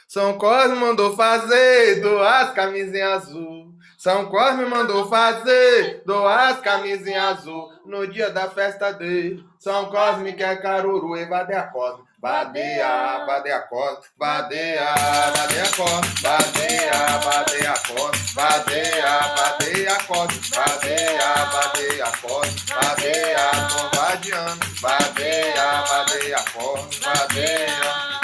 São Cosme mandou fazer duas camisinhas azul. São Cosme mandou fazer duas camisinhas azul. No dia da festa dele, São Cosme quer caruru e vadeia Cosme. Vadeia, vadeia Cosme, vadeia, vadeia Cosme, vadeia, vadeia Cosme, vadeia, vadeia Cosme, vadeia, vadeia Cosme, vadeia, tô vadiando, vadeia, vadeia Cosme, vadeia.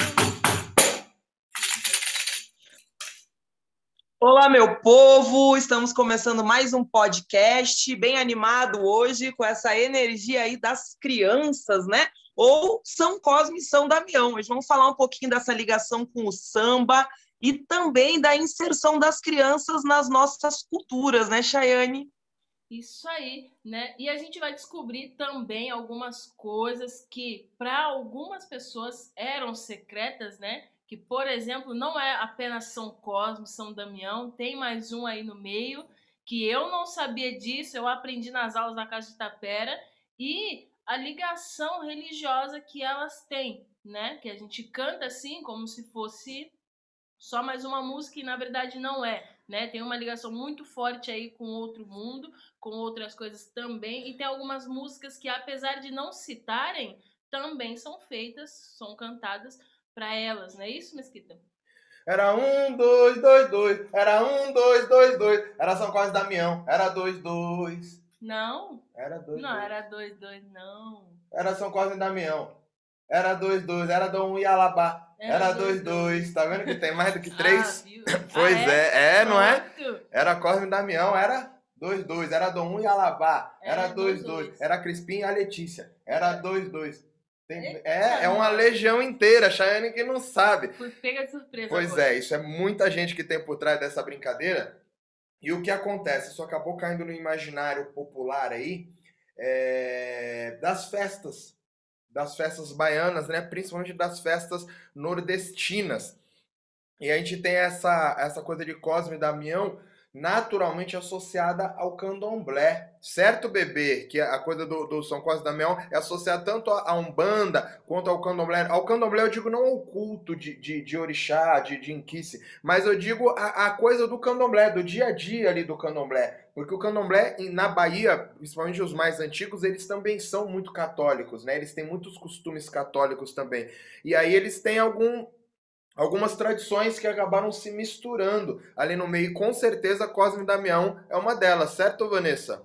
Olá, meu povo! Estamos começando mais um podcast bem animado hoje com essa energia aí das crianças, né? Ou São Cosme e São Damião. Hoje vamos falar um pouquinho dessa ligação com o samba e também da inserção das crianças nas nossas culturas, né, Chayane? Isso aí, né? E a gente vai descobrir também algumas coisas que para algumas pessoas eram secretas, né? Que, por exemplo, não é apenas São Cosme, São Damião, tem mais um aí no meio que eu não sabia disso, eu aprendi nas aulas da Casa de Tapera e a ligação religiosa que elas têm, né? Que a gente canta assim como se fosse só mais uma música e na verdade não é, né? Tem uma ligação muito forte aí com outro mundo, com outras coisas também, e tem algumas músicas que apesar de não citarem, também são feitas, são cantadas para elas, não é isso, Mesquita? Era um, dois, dois, dois. Era um, dois, dois, dois. Era São Cosme e Damião. Era dois, dois. Não? Era dois, Não, dois. era dois, dois, não. Era São Cosme e Damião. Era dois, dois. Era Dom e Alabá. Era Era dois, dois, dois. dois. Tá vendo que tem mais do que Ah, três? viu? Ah, Pois é? é, não é? Pronto. Era Cosme e Damião. Era dois, dois. Era Dom e Alabá. Era Era dois, dois, dois. dois. Era Crispim e a Letícia. Era Era... dois, dois. Eita, É uma nós. legião inteira. Chayane que não sabe. Fui pega de surpresa Pois agora. é, isso é muita gente que tem por trás dessa brincadeira. E o que acontece? Isso acabou caindo no imaginário popular aí, das festas baianas, né? Principalmente das festas nordestinas. E a gente tem essa coisa de Cosme e Damião naturalmente associada ao candomblé. Certo, bebê? Que a coisa do São Cosme e Damião é associada tanto à Umbanda quanto ao candomblé. Ao candomblé eu digo não ao culto de orixá, de inquice, mas eu digo a coisa do candomblé, do dia a dia ali do candomblé. Porque o candomblé, na Bahia, principalmente os mais antigos, eles também são muito católicos, né? Eles têm muitos costumes católicos também. E aí eles têm algumas tradições que acabaram se misturando ali no meio. E com certeza Cosme e Damião é uma delas, certo, Vanessa?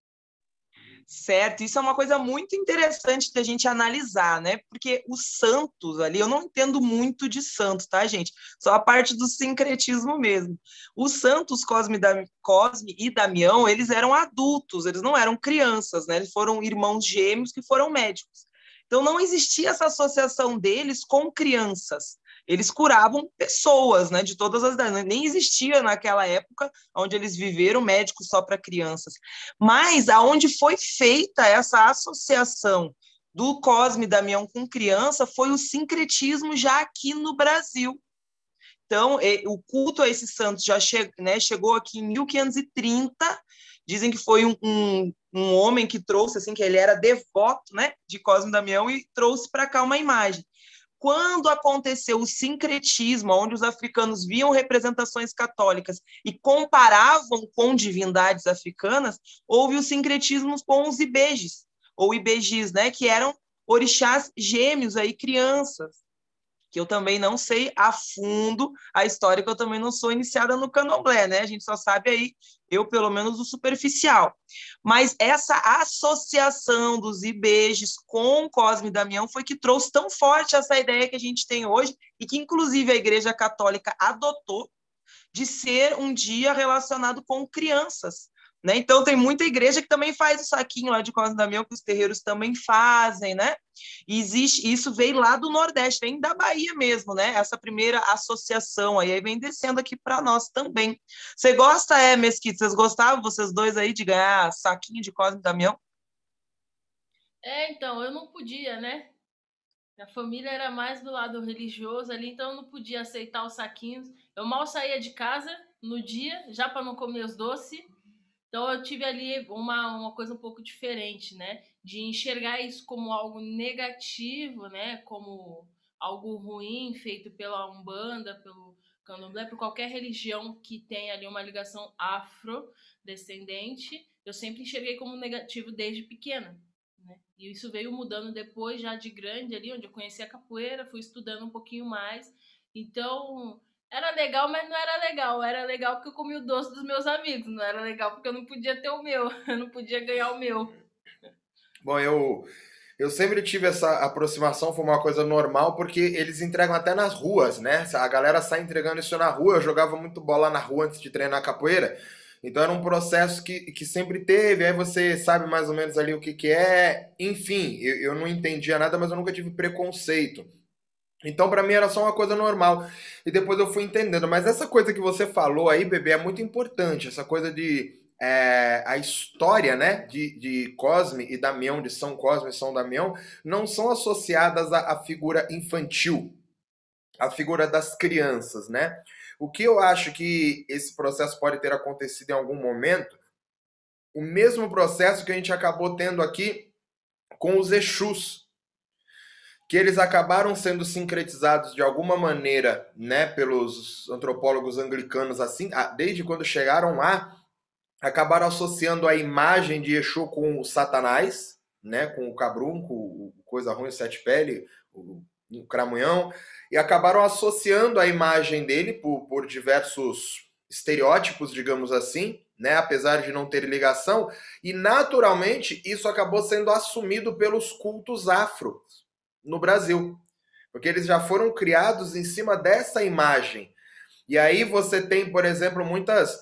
Certo, isso é uma coisa muito interessante da gente analisar, né? Porque os santos ali, eu não entendo muito de santo, tá, gente? Só a parte do sincretismo mesmo. Os santos Cosme e Damião, eles eram adultos, eles não eram crianças, né? Eles foram irmãos gêmeos que foram médicos. Então não existia essa associação deles com crianças. Eles curavam pessoas, né, de todas as idades. Nem existia naquela época onde eles viveram médicos só para crianças. Mas aonde foi feita essa associação do Cosme e Damião com criança foi o sincretismo já aqui no Brasil. Então, o culto a esses santos já chegou aqui em 1530. Dizem que foi um homem que trouxe, assim, que ele era devoto, né, de Cosme e Damião e trouxe para cá uma imagem. Quando aconteceu o sincretismo, onde os africanos viam representações católicas e comparavam com divindades africanas, houve o sincretismo com os ibejes, ou ibejis, né, que eram orixás gêmeos, aí, crianças, que eu também não sei a fundo a história, que eu também não sou iniciada no candomblé, né? A gente só sabe aí, eu pelo menos, o superficial. Mas essa associação dos IBEJs com Cosme e Damião foi que trouxe tão forte essa ideia que a gente tem hoje e que, inclusive, a Igreja Católica adotou de ser um dia relacionado com crianças. Né? Então, tem muita igreja que também faz o saquinho lá de Cosme e Damião, que os terreiros também fazem, né? E existe, isso veio lá do Nordeste, vem da Bahia mesmo, né? Essa primeira associação aí vem descendo aqui para nós também. Você gosta, Mesquita? Vocês gostavam, vocês dois aí, de ganhar saquinho de Cosme e Damião? Então, eu não podia, né? A família era mais do lado religioso ali, então eu não podia aceitar os saquinhos. Eu mal saía de casa no dia, já para não comer os doces. Então eu tive ali uma coisa um pouco diferente, né? De enxergar isso como algo negativo, né? algo ruim feito pela Umbanda, pelo Candomblé, por qualquer religião que tenha ali uma ligação afrodescendente, eu sempre enxerguei como negativo desde pequena, né? E isso veio mudando depois, já de grande ali, onde eu conheci a capoeira, fui estudando um pouquinho mais. Então, era legal, mas não era legal. Era legal porque eu comia o doce dos meus amigos. Não era legal porque eu não podia ter o meu. Eu não podia ganhar o meu. Bom, eu sempre tive essa aproximação, foi uma coisa normal, porque eles entregam até nas ruas, né? A galera sai entregando isso na rua. Eu jogava muito bola na rua antes de treinar capoeira. Então era um processo que sempre teve, aí você sabe mais ou menos ali o que é. Enfim, eu não entendia nada, mas eu nunca tive preconceito. Então, pra mim era só uma coisa normal. E depois eu fui entendendo. Mas essa coisa que você falou aí, bebê, é muito importante. Essa coisa de. A história, né, de Cosme e Damião, de São Cosme e São Damião, não são associadas à figura infantil, à figura das crianças, né? O que eu acho que esse processo pode ter acontecido em algum momento, o mesmo processo que a gente acabou tendo aqui com os Exus, que eles acabaram sendo sincretizados de alguma maneira, né, pelos antropólogos anglicanos assim, desde quando chegaram lá, acabaram associando a imagem de Exu com o Satanás, né, com o cabrunco, o coisa ruim, o sete pele, o cramunhão, e acabaram associando a imagem dele por diversos estereótipos, digamos assim, né, apesar de não ter ligação, e naturalmente isso acabou sendo assumido pelos cultos afro no Brasil, porque eles já foram criados em cima dessa imagem. E aí você tem, por exemplo, muitas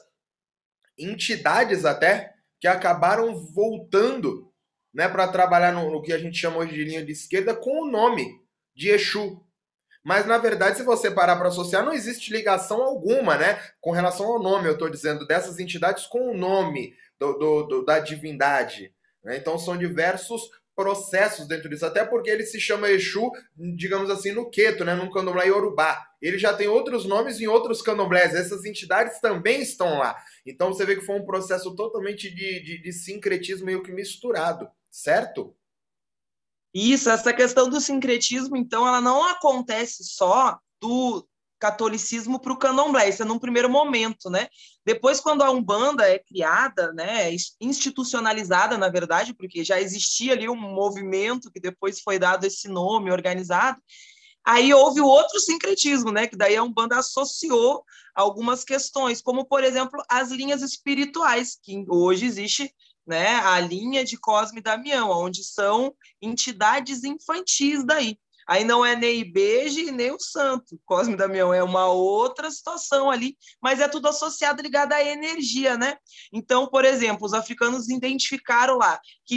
entidades até que acabaram voltando, né, para trabalhar no que a gente chama hoje de linha de esquerda com o nome de Exu. Mas na verdade, se você parar para associar, não existe ligação alguma, né, com relação ao nome. Eu estou dizendo dessas entidades com o nome da divindade. Né? Então são diversos processos dentro disso, até porque ele se chama Exu, digamos assim, no Queto, né, num candomblé iorubá. Ele já tem outros nomes em outros candomblés, essas entidades também estão lá. Então você vê que foi um processo totalmente de sincretismo meio que misturado, certo? Isso, essa questão do sincretismo, então, ela não acontece só do catolicismo para o candomblé, isso é num primeiro momento, né? Depois, quando a Umbanda é criada, né, institucionalizada, na verdade, porque já existia ali um movimento que depois foi dado esse nome organizado, aí houve o outro sincretismo, né, que daí a Umbanda associou algumas questões, como, por exemplo, as linhas espirituais, que hoje existe, né, a linha de Cosme e Damião, onde são entidades infantis daí. Aí não é nem Ibeje nem o santo. Cosme e Damião é uma outra situação ali, mas é tudo associado, ligado à energia, né? Então, por exemplo, os africanos identificaram lá que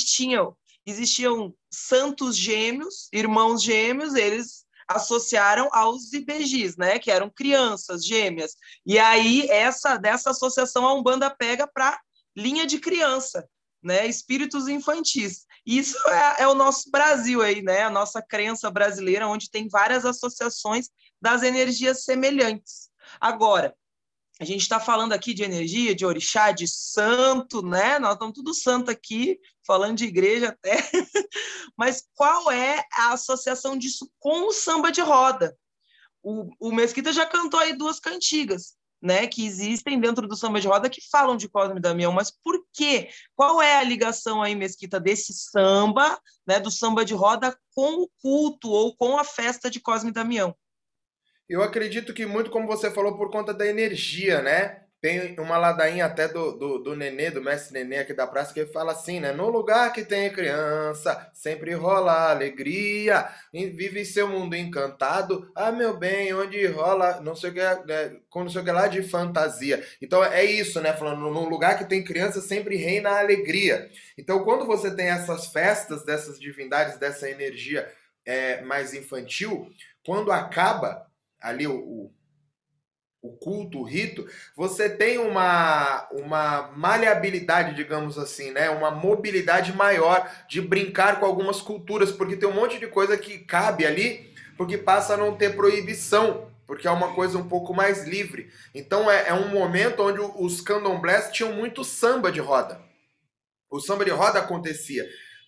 existiam santos gêmeos, irmãos gêmeos, eles associaram aos ibejis, né, que eram crianças gêmeas. E aí dessa associação a Umbanda pega para linha de criança, né, espíritos infantis. Isso é o nosso Brasil aí, né, a nossa crença brasileira, onde tem várias associações das energias semelhantes. Agora, a gente está falando aqui de energia, de orixá, de santo, né? Nós estamos tudo santo aqui, falando de igreja até. Mas qual é a associação disso com o samba de roda? O Mesquita já cantou aí duas cantigas, né? Que existem dentro do samba de roda que falam de Cosme e Damião. Mas por quê? Qual é a ligação aí, Mesquita, desse samba, né? Do samba de roda com o culto ou com a festa de Cosme e Damião? Eu acredito que muito, como você falou, por conta da energia, né? Tem uma ladainha até do Nenê, do mestre Nenê aqui da praça, que ele fala assim, né? No lugar que tem criança, sempre rola alegria, e vive seu mundo encantado. Ah, meu bem, onde rola, não sei o que, com não sei o que lá de fantasia. Então é isso, né? Falando, num lugar que tem criança, sempre reina a alegria. Então quando você tem essas festas dessas divindades, dessa energia mais infantil, quando acaba ali o culto, o rito, você tem uma maleabilidade, digamos assim, né? Uma mobilidade maior de brincar com algumas culturas, porque tem um monte de coisa que cabe ali, porque passa a não ter proibição, porque é uma coisa um pouco mais livre. Então é um momento onde os candomblés tinham muito samba de roda. O samba de roda acontecia.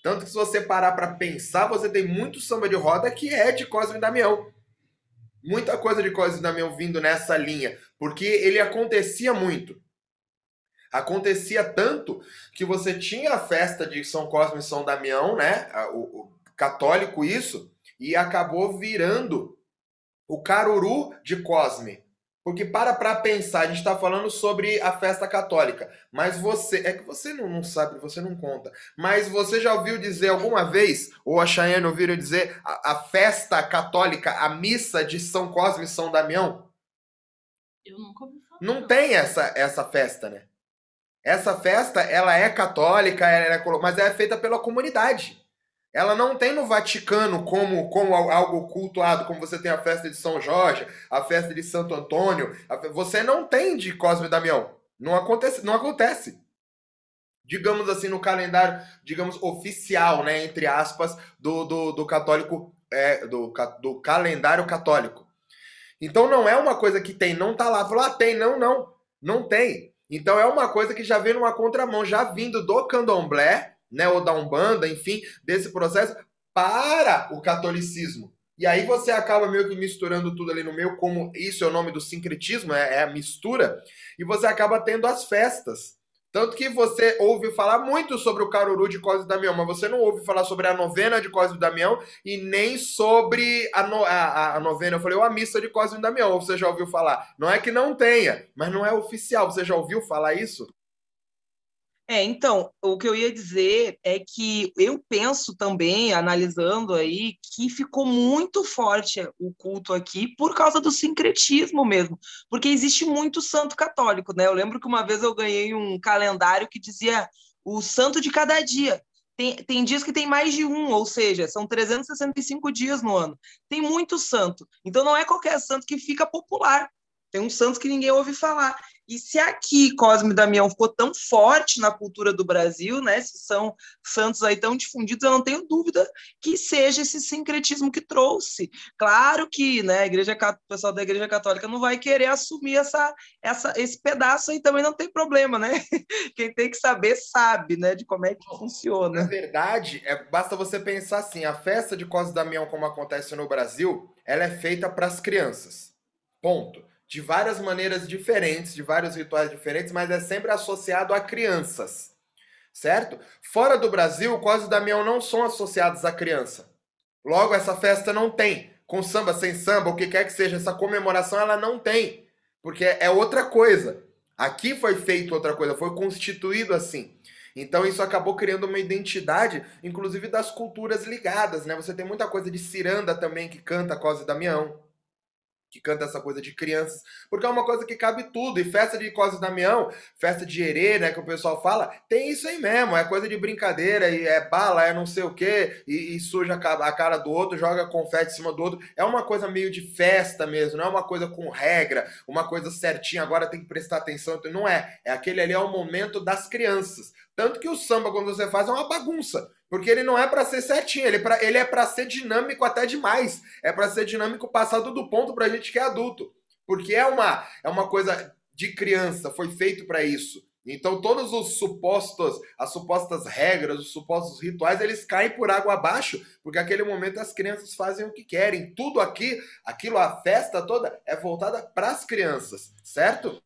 Tanto que se você parar para pensar, você tem muito samba de roda que é de Cosme e Damião. Muita coisa de Cosme e Damião vindo nessa linha, porque ele acontecia muito. Acontecia tanto que você tinha a festa de São Cosme e São Damião, né? O católico isso, e acabou virando o Caruru de Cosme. Porque para pensar, a gente está falando sobre a festa católica, mas você, é que você não sabe, você não conta, mas você já ouviu dizer alguma vez, ou a Chayane ouviram dizer, a festa católica, a missa de São Cosme e São Damião? Eu nunca ouvi falar. Não tem essa festa, né? Essa festa, ela é católica, mas é feita pela comunidade. Ela não tem no Vaticano como algo cultuado, como você tem a festa de São Jorge, a festa de Santo Antônio. Você não tem de Cosme e Damião. Não acontece, não acontece. Digamos assim, no calendário, digamos, oficial, né, entre aspas, do católico, do calendário católico. Então não é uma coisa que tem, não tá lá. Falou, tem, não tem. Então é uma coisa que já vem numa contramão, já vindo do candomblé, né, ou da Umbanda, enfim, desse processo para o catolicismo. E aí você acaba meio que misturando tudo ali no meio, como isso é o nome do sincretismo, é a mistura, e você acaba tendo as festas. Tanto que você ouve falar muito sobre o Caruru de Cosme e Damião, mas você não ouve falar sobre a novena de Cosme e Damião e nem sobre a novena, eu falei, ou a missa de Cosme e Damião, ou você já ouviu falar? Não é que não tenha, mas não é oficial. Você já ouviu falar isso? Então, o que eu ia dizer é que eu penso também, analisando aí, que ficou muito forte o culto aqui por causa do sincretismo mesmo, porque existe muito santo católico, né? Eu lembro que uma vez eu ganhei um calendário que dizia o santo de cada dia. Tem dias que tem mais de um, ou seja, são 365 dias no ano. Tem muito santo. Então, não é qualquer santo que fica popular. Tem um santo que ninguém ouve falar. E se aqui Cosme e Damião ficou tão forte na cultura do Brasil, né? Se são santos aí tão difundidos, eu não tenho dúvida que seja esse sincretismo que trouxe. Claro que, né, o pessoal da Igreja Católica não vai querer assumir esse pedaço aí também, não tem problema, né? Quem tem que saber sabe, né, de como é que Na funciona. verdade, basta você pensar assim, a festa de Cosme e Damião, como acontece no Brasil, ela é feita para as crianças. Ponto. De várias maneiras diferentes, de vários rituais diferentes, mas é sempre associado a crianças, certo? Fora do Brasil, Cosme e Damião não são associados à criança. Logo, essa festa não tem. Com samba, sem samba, o que quer que seja, essa comemoração ela não tem. Porque é outra coisa. Aqui foi feito outra coisa, foi constituído assim. Então isso acabou criando uma identidade, inclusive das culturas ligadas, né? Você tem muita coisa de ciranda também que canta Cosme e Damião, que canta essa coisa de crianças, porque é uma coisa que cabe tudo. E festa de Cosme e Damião, festa de herê, né, que o pessoal fala, tem isso aí mesmo, é coisa de brincadeira, e é bala, é não sei o quê, e suja a cara do outro, joga confete em cima do outro. É uma coisa meio de festa mesmo, não é uma coisa com regra, uma coisa certinha, agora tem que prestar atenção. Não é. É aquele ali, é o momento das crianças. Tanto que o samba, quando você faz, é uma bagunça. Porque ele não é para ser certinho, ele é para ser dinâmico até demais. É para ser dinâmico passado do ponto pra gente que é adulto. Porque é uma coisa de criança, foi feito para isso. Então todos as supostas regras, os supostos rituais, eles caem por água abaixo, porque naquele momento as crianças fazem o que querem. Tudo aquilo, a festa toda é voltada para as crianças, certo?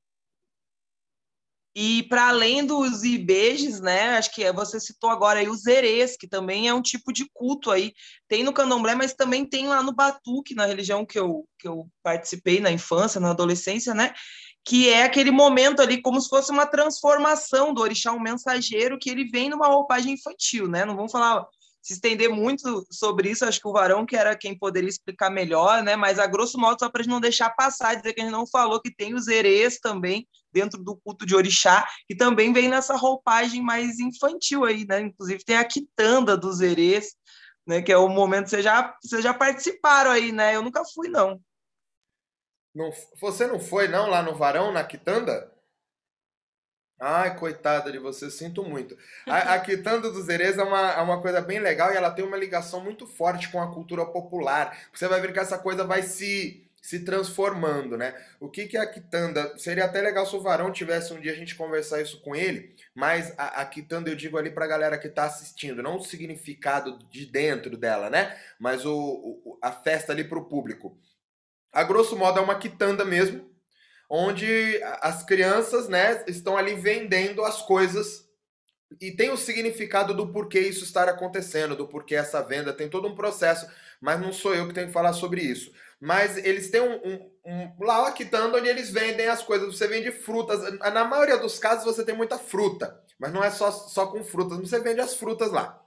E para além dos ibejes, né? Acho que você citou agora aí os erês, que também é um tipo de culto aí. Tem no candomblé, mas também tem lá no batuque, na religião que eu participei na infância, na adolescência, né? Que é aquele momento ali como se fosse uma transformação do orixá, um mensageiro, que ele vem numa roupagem infantil, né? Não vamos falar, se estender muito sobre isso, acho que o Varão que era quem poderia explicar melhor, né? Mas a grosso modo, só para a gente não deixar passar, dizer que a gente não falou que tem os erês também dentro do culto de orixá, que também vem nessa roupagem mais infantil aí, né? Inclusive tem a quitanda dos erês, né? Que é o momento, vocês já participaram aí, né? Eu nunca fui, não. Não, você não foi não lá no Varão, na Quitanda? Ai, coitada de você, sinto muito. A quitanda dos Erês é uma coisa bem legal e ela tem uma ligação muito forte com a cultura popular. Você vai ver que essa coisa vai se se transformando, né? O que que é a quitanda? Seria até legal se o Varão tivesse um dia a gente conversar isso com ele, mas a quitanda eu digo ali pra galera que tá assistindo, não o significado de dentro dela, né? Mas a festa ali pro público. A grosso modo é uma quitanda mesmo, onde as crianças, né, estão ali vendendo as coisas e tem o significado do porquê isso estar acontecendo, do porquê essa venda, tem todo um processo, mas não sou eu que tenho que falar sobre isso. Mas eles têm lá uma quitanda onde eles vendem as coisas. Você vende frutas. Na maioria dos casos você tem muita fruta, mas não é só com frutas. Você vende as frutas lá.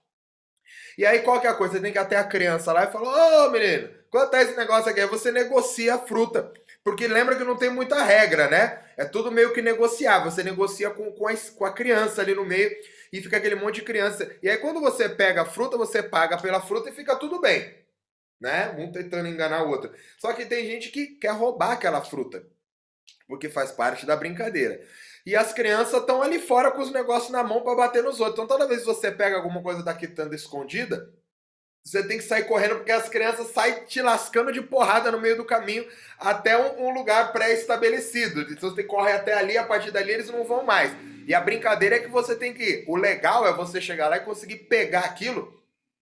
E aí qual que é a coisa? Você tem que ir até a criança lá e falar: ô menino, quanto é esse negócio aqui? Aí você negocia a fruta. Porque lembra que não tem muita regra, né? É tudo meio que negociar. Você negocia com a criança ali no meio e fica aquele monte de criança. E aí quando você pega a fruta, você paga pela fruta e fica tudo bem, né? Um tentando enganar o outro. Só que tem gente que quer roubar aquela fruta, porque faz parte da brincadeira. E as crianças estão ali fora com os negócios na mão para bater nos outros. Então toda vez que você pega alguma coisa da quitanda escondida, você tem que sair correndo porque as crianças saem te lascando de porrada no meio do caminho até um lugar pré-estabelecido. Então você tem que correr até ali, a partir dali eles não vão mais. E a brincadeira é que você tem que ir. O legal é você chegar lá e conseguir pegar aquilo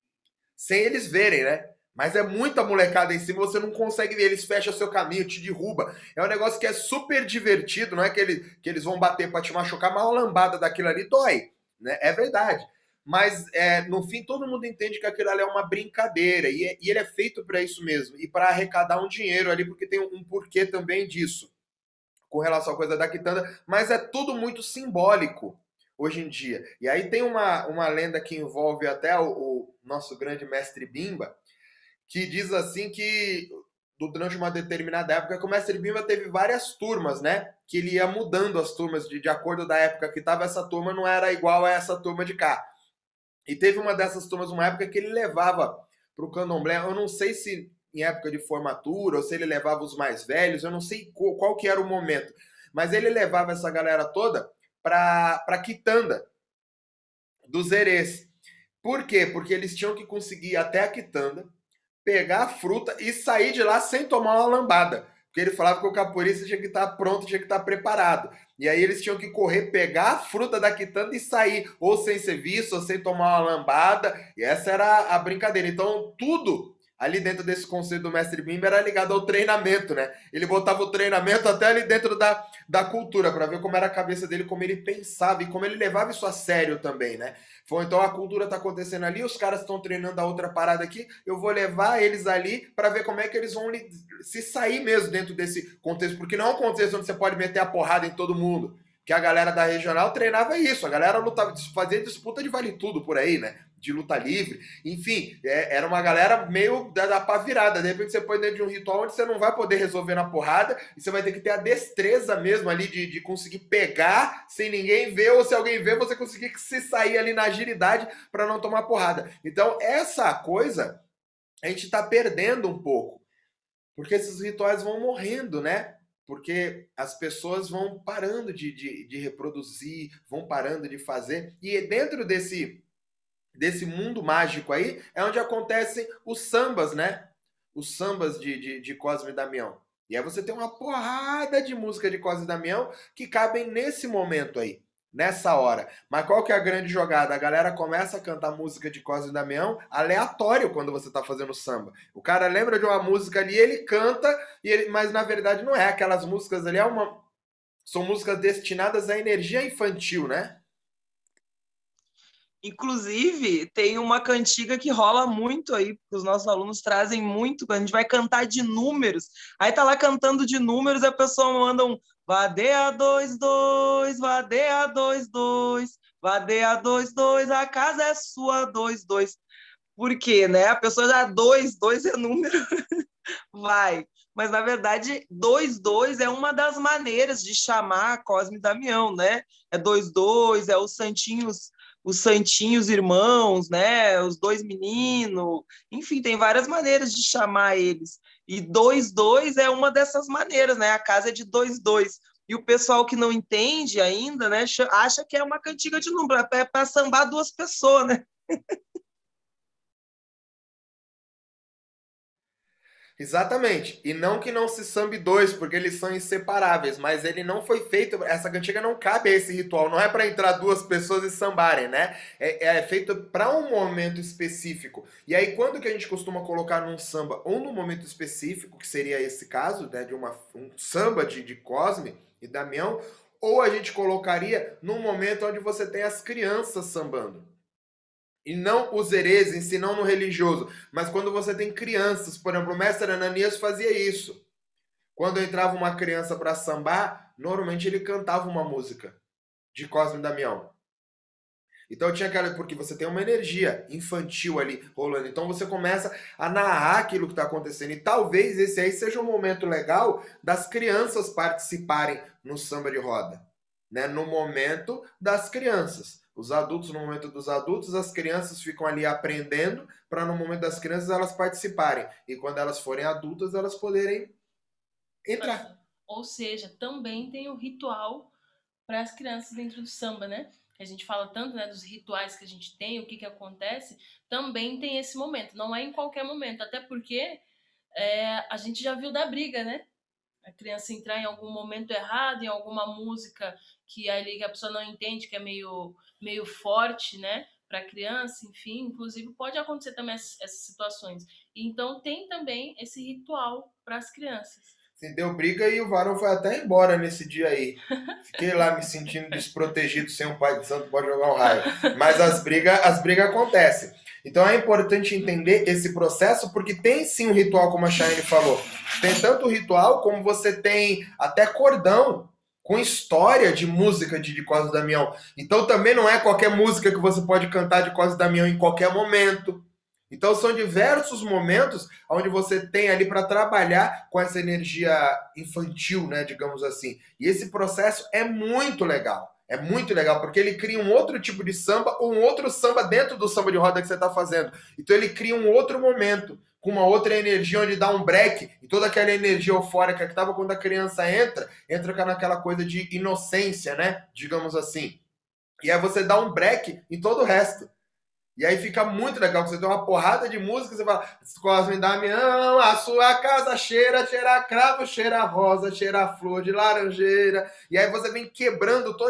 sem eles verem, né? Mas é muita molecada em cima, você não consegue ver, eles fecham seu caminho, te derruba. É um negócio que é super divertido, não é que eles vão bater para te machucar, mas uma lambada daquilo ali dói, né? É verdade. Mas no fim todo mundo entende que aquilo ali é uma brincadeira e ele é feito para isso mesmo e para arrecadar um dinheiro ali, porque tem um porquê também disso, com relação à coisa da quitanda, mas é tudo muito simbólico hoje em dia. E aí tem uma lenda que envolve até o nosso grande mestre Bimba, que diz assim que durante uma determinada época que o mestre Bimba teve várias turmas, né? Que ele ia mudando as turmas de acordo da época que estava, essa turma não era igual a essa turma de cá. E teve uma dessas turmas, uma época que ele levava para o candomblé, eu não sei se em época de formatura ou se ele levava os mais velhos, eu não sei qual que era o momento, mas ele levava essa galera toda para quitanda dos herês. Por quê? Porque eles tinham que conseguir ir até a quitanda, pegar a fruta e sair de lá sem tomar uma lambada. Porque ele falava que o capoeirista tinha que estar pronto, tinha que estar preparado. E aí eles tinham que correr, pegar a fruta da quitanda e sair, ou sem ser visto, ou sem tomar uma lambada. E essa era a brincadeira. Então, tudo ali dentro desse conceito do mestre Bimba era ligado ao treinamento, né? Ele botava o treinamento até ali dentro da cultura, para ver como era a cabeça dele, como ele pensava e como ele levava isso a sério também, né? Foi, então a cultura está acontecendo ali, os caras estão treinando a outra parada aqui, eu vou levar eles ali para ver como é que eles vão se sair mesmo dentro desse contexto, porque não é um contexto onde você pode meter a porrada em todo mundo, que a galera da regional treinava isso, a galera lutava, fazia disputa de vale tudo por aí, né? De luta livre, enfim, era uma galera meio da pá virada. De repente você põe dentro de um ritual onde você não vai poder resolver na porrada e você vai ter que ter a destreza mesmo ali de conseguir pegar sem ninguém ver, ou se alguém ver, você conseguir se sair ali na agilidade para não tomar porrada. Então, essa coisa a gente está perdendo um pouco, porque esses rituais vão morrendo, né? Porque as pessoas vão parando de reproduzir, vão parando de fazer, e dentro desse mundo mágico aí, é onde acontecem os sambas, né? Os sambas de Cosme e Damião. E aí você tem uma porrada de música de Cosme e Damião que cabem nesse momento aí, nessa hora. Mas qual que é a grande jogada? A galera começa a cantar música de Cosme e Damião aleatório quando você tá fazendo samba. O cara lembra de uma música ali, ele canta, mas na verdade não é. Aquelas músicas ali são músicas destinadas à energia infantil, né? Inclusive, tem uma cantiga que rola muito aí, porque os nossos alunos trazem muito, quando a gente vai cantar de números, aí tá lá cantando de números, a pessoa manda um vadeia 22, vadeia 22, vadeia 22, a casa é sua 22. Por quê, né? A pessoa já 2 é número, vai. Mas, na verdade, 22 é uma das maneiras de chamar Cosme e Damião, né? É 22, é os santinhos irmãos, né? Os dois meninos, enfim, tem várias maneiras de chamar eles. E 22 é uma dessas maneiras, né? A casa é de 22. E o pessoal que não entende ainda, né, acha que é uma cantiga de número, é para sambar duas pessoas, né? Exatamente. E não que não se sambe dois, porque eles são inseparáveis, mas ele não foi feito, essa cantiga não cabe a esse ritual, não é para entrar duas pessoas e sambarem, né? É feito para um momento específico. E aí, quando que a gente costuma colocar num samba, ou num momento específico, que seria esse caso, né, de um samba de Cosme e Damião, ou a gente colocaria num momento onde você tem as crianças sambando. E não os herês em si, não no religioso, mas quando você tem crianças, por exemplo, o mestre Ananias fazia isso. Quando entrava uma criança para sambar, normalmente ele cantava uma música de Cosme e Damião. Então tinha aquela, porque você tem uma energia infantil ali rolando. Então você começa a narrar aquilo que está acontecendo. E talvez esse aí seja um momento legal das crianças participarem no samba de roda, né? No momento das crianças. Os adultos no momento dos adultos, as crianças ficam ali aprendendo para no momento das crianças elas participarem. E quando elas forem adultas, elas poderem entrar. Ou seja, também tem o ritual para as crianças dentro do samba, né? Que a gente fala tanto, né, dos rituais que a gente tem, o que acontece, também tem esse momento. Não é em qualquer momento, até porque a gente já viu da briga, né? A criança entrar em algum momento errado, em alguma música que ali a pessoa não entende, que é meio forte, né? Para a criança, enfim, inclusive pode acontecer também essas situações. Então tem também esse ritual para as crianças. Sim, deu briga e o varão foi até embora nesse dia aí. Fiquei lá me sentindo desprotegido sem um pai de santo pode jogar um raio. Mas as brigas acontecem. Então é importante entender esse processo, porque tem sim um ritual, como a Chayane falou. Tem tanto o ritual, como você tem até cordão com história de música de Cosme e Damião. Então também não é qualquer música que você pode cantar de Cosme e Damião em qualquer momento. Então são diversos momentos onde você tem ali para trabalhar com essa energia infantil, né, digamos assim. E esse processo é muito legal. É muito legal, porque ele cria um outro tipo de samba, ou um outro samba dentro do samba de roda que você está fazendo. Então ele cria um outro momento, com uma outra energia, onde dá um break, e toda aquela energia eufórica que estava quando a criança entra naquela coisa de inocência, né, digamos assim. E aí você dá um break em todo o resto. E aí fica muito legal, você tem uma porrada de música, você fala, Cosme e Damião, a sua casa cheira cravo, cheira rosa, cheira flor de laranjeira. E aí você vem quebrando todo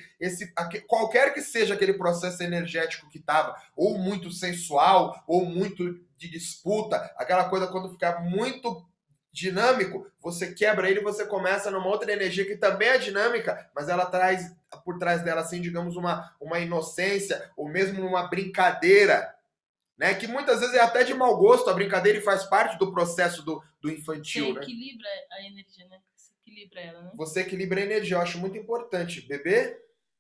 qualquer que seja aquele processo energético que estava, ou muito sensual, ou muito de disputa, aquela coisa quando fica muito dinâmico, você quebra ele e você começa numa outra energia que também é dinâmica, mas ela traz por trás dela, assim, digamos, uma inocência, ou mesmo uma brincadeira, né? Que muitas vezes é até de mau gosto a brincadeira e faz parte do processo do infantil, Você né? equilibra a energia, né? Você equilibra ela, né? Você equilibra a energia, eu acho muito importante. Bebê?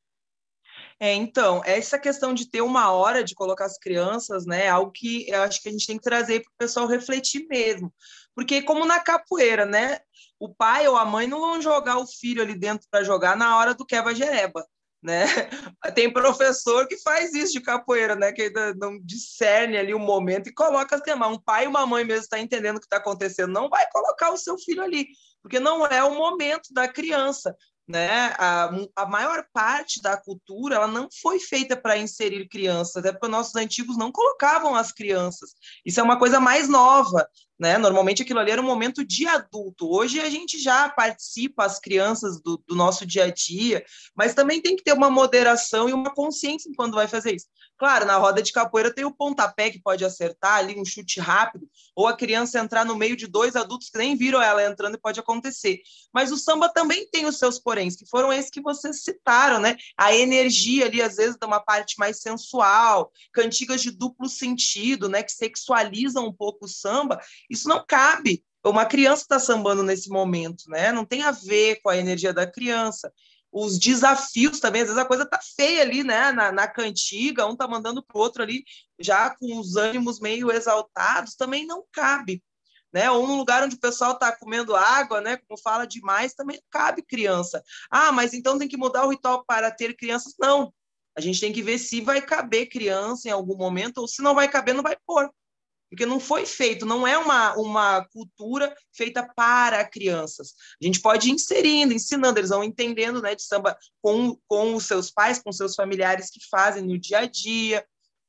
Então, essa questão de ter uma hora de colocar as crianças, né, é algo que eu acho que a gente tem que trazer para o pessoal refletir mesmo. Porque, como na capoeira, né, o pai ou a mãe não vão jogar o filho ali dentro para jogar na hora do quebra-jereba, né? Tem professor que faz isso de capoeira, né, que ainda não discerne ali o momento e coloca as crianças. Um pai e uma mãe mesmo está entendendo o que está acontecendo, não vai colocar o seu filho ali, porque não é o momento da criança, né? A maior parte da cultura ela não foi feita para inserir crianças, até porque nossos antigos não colocavam as crianças. Isso é uma coisa mais nova, né? Normalmente aquilo ali era um momento de adulto. Hoje a gente já participa, as crianças, do nosso dia a dia, mas também tem que ter uma moderação e uma consciência quando vai fazer isso. Claro, na roda de capoeira tem o pontapé que pode acertar ali, um chute rápido, ou a criança entrar no meio de dois adultos que nem viram ela entrando e pode acontecer. Mas o samba também tem os seus poréns, que foram esses que vocês citaram, né? A energia ali, às vezes, de uma parte mais sensual, cantigas de duplo sentido, né? Que sexualizam um pouco o samba. Isso não cabe. Uma criança está sambando nesse momento, né? Não tem a ver com a energia da criança. Os desafios também, às vezes a coisa tá feia ali, né? Na cantiga, um tá mandando pro outro ali, já com os ânimos meio exaltados, também não cabe, né? Ou num lugar onde o pessoal está comendo água, né? Como fala demais, também cabe criança. Ah, mas então tem que mudar o ritual para ter crianças? Não. A gente tem que ver se vai caber criança em algum momento, ou se não vai caber, não vai pôr. Porque não foi feito, não é uma cultura feita para crianças. A gente pode ir inserindo, ensinando, eles vão entendendo, né, de samba com os seus pais, com seus familiares que fazem no dia a dia,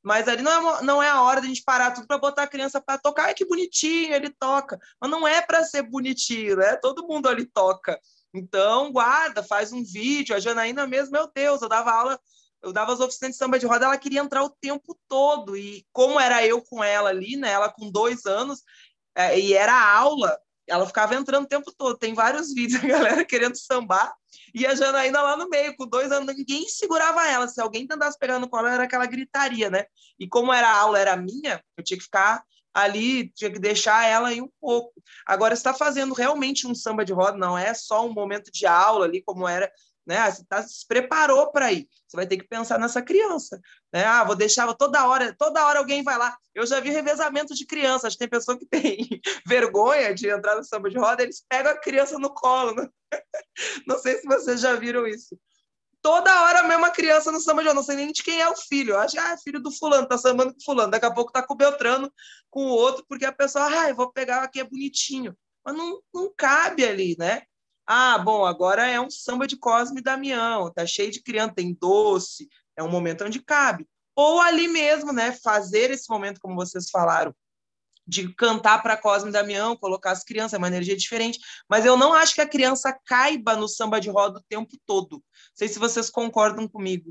Mas ali não é a hora de a gente parar tudo para botar a criança para tocar. Ai, que bonitinho, ele toca. Mas não é para ser bonitinho, né? Todo mundo ali toca. Então, guarda, faz um vídeo. A Janaína mesmo, meu Deus, eu dava aula, eu dava as oficinas de samba de roda, ela queria entrar o tempo todo. E como era eu com ela ali, né? Ela com 2 anos, e era aula, ela ficava entrando o tempo todo. Tem vários vídeos, a galera querendo sambar, e a Janaína lá no meio, com 2 anos, ninguém segurava ela. Se alguém tentasse pegar no colo, era aquela gritaria, né? E como a aula era minha, eu tinha que ficar ali, tinha que deixar ela aí um pouco. Agora, está fazendo realmente um samba de roda, não é só um momento de aula ali, como era, né? Você se preparou para ir. Você vai ter que pensar nessa criança, né? Ah, vou deixar toda hora alguém vai lá. Eu já vi revezamento de crianças. Tem pessoa que tem vergonha de entrar no samba de roda, eles pegam a criança no colo, né? Não sei se vocês já viram isso. Toda hora a mesma criança no samba de roda, não sei nem de quem é o filho. Eu acho que é filho do fulano, tá sambando com fulano. Daqui a pouco tá com o Beltrano, com o outro, porque a pessoa, eu vou pegar aqui, é bonitinho. Mas não cabe ali, né? Ah, bom, agora é um samba de Cosme e Damião, tá cheio de criança, tem doce, é um momento onde cabe. Ou ali mesmo, né? Fazer esse momento, como vocês falaram, de cantar para Cosme e Damião, colocar as crianças, é uma energia diferente, mas eu não acho que a criança caiba no samba de roda o tempo todo. Não sei se vocês concordam comigo.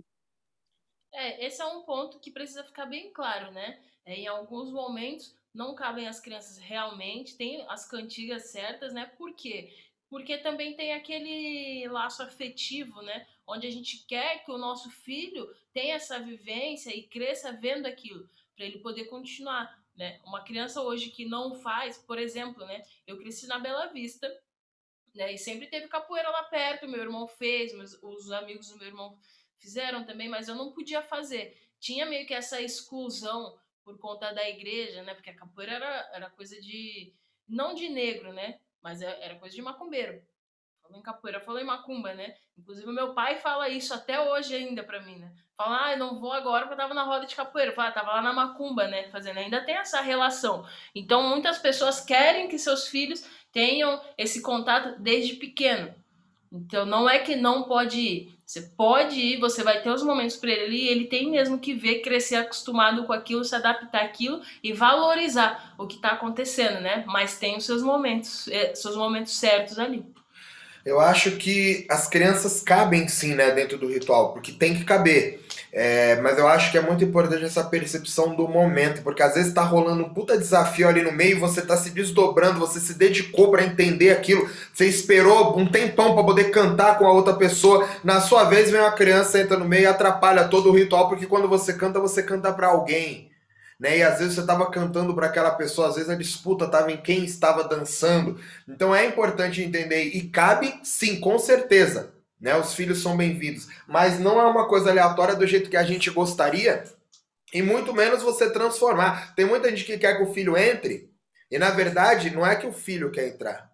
Esse é um ponto que precisa ficar bem claro, né? Em alguns momentos não cabem as crianças realmente, tem as cantigas certas, né? Por quê? Porque também tem aquele laço afetivo, né? Onde a gente quer que o nosso filho tenha essa vivência e cresça vendo aquilo, para ele poder continuar, né? Uma criança hoje que não faz, por exemplo, né? Eu cresci na Bela Vista, né? E sempre teve capoeira lá perto, meu irmão fez, os amigos do meu irmão fizeram também, mas eu não podia fazer. Tinha meio que essa exclusão por conta da igreja, né? Porque a capoeira era coisa de, não de negro, né? Mas era coisa de macumbeiro. Falou em capoeira, falou em macumba, né? Inclusive, meu pai fala isso até hoje ainda pra mim, né? Fala, eu não vou agora porque eu tava na roda de capoeira. Fala, tava lá na macumba, né? Fazendo. Ainda tem essa relação. Então, muitas pessoas querem que seus filhos tenham esse contato desde pequeno. Então, não é que não pode ir. Você pode ir, você vai ter os momentos para ele ali, ele tem mesmo que ver, crescer acostumado com aquilo, se adaptar àquilo e valorizar o que está acontecendo, né? Mas tem os seus momentos certos ali. Eu acho que as crianças cabem sim, né, dentro do ritual, porque tem que caber. Mas eu acho que é muito importante essa percepção do momento, porque às vezes tá rolando um puta desafio ali no meio, você tá se desdobrando, você se dedicou para entender aquilo, você esperou um tempão para poder cantar com a outra pessoa, na sua vez vem uma criança, entra no meio e atrapalha todo o ritual, porque quando você canta para alguém. Né? E às vezes você estava cantando para aquela pessoa, às vezes a disputa estava em quem estava dançando. Então é importante entender, e cabe sim, com certeza, né? Os filhos são bem-vindos, mas não é uma coisa aleatória do jeito que a gente gostaria, e muito menos você transformar. Tem muita gente que quer que o filho entre, e na verdade não é que o filho quer entrar.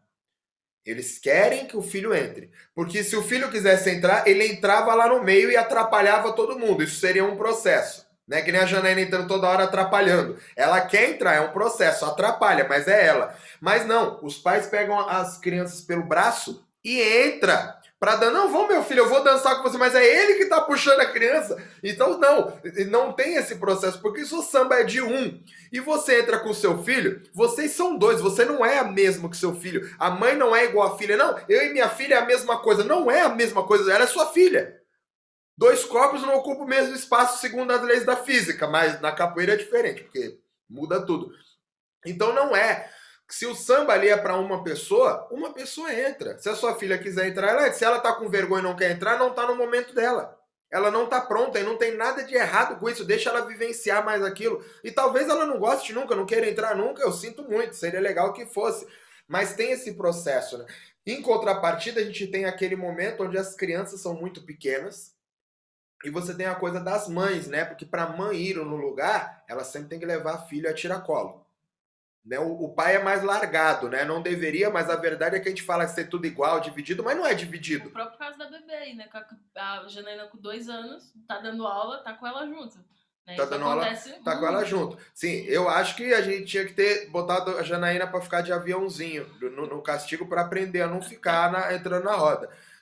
Eles querem que o filho entre. Porque se o filho quisesse entrar, ele entrava lá no meio e atrapalhava todo mundo. Isso seria um processo. Né? Que nem a Janaína entrando toda hora atrapalhando. Ela quer entrar, é um processo, atrapalha, mas é ela. Mas não, os pais pegam as crianças pelo braço e entra para dar, não, vamos meu filho, eu vou dançar com você, mas é ele que tá puxando a criança. Então não tem esse processo, porque se o samba é de um e você entra com o seu filho, vocês são dois, você não é a mesma que seu filho. A mãe não é igual a filha, não, eu e minha filha é a mesma coisa. Não é a mesma coisa, ela é sua filha. Dois corpos não ocupam o mesmo espaço segundo as leis da física, mas na capoeira é diferente, porque muda tudo. Então não é. Se o samba ali é para uma pessoa entra. Se a sua filha quiser entrar, ela entra. Se ela tá com vergonha e não quer entrar, não tá no momento dela. Ela não tá pronta e não tem nada de errado com isso. Deixa ela vivenciar mais aquilo. E talvez ela não goste nunca, não queira entrar nunca. Eu sinto muito, seria legal que fosse. Mas tem esse processo, né? Em contrapartida, a gente tem aquele momento onde as crianças são muito pequenas. E você tem a coisa das mães, né? Porque para a mãe ir no lugar, ela sempre tem que levar a filha a tiracolo. Né? O pai é mais largado, né? Não deveria, mas a verdade é que a gente fala que ser tudo igual, dividido, mas não é dividido. O próprio caso da bebê aí, né? A Janaína com 2 anos, tá dando aula, tá com ela junto. Né? Tá dando aula, tá com ela junto. Sim, eu acho que a gente tinha que ter botado a Janaína para ficar de aviãozinho no castigo para aprender a não ficar entrando na roda.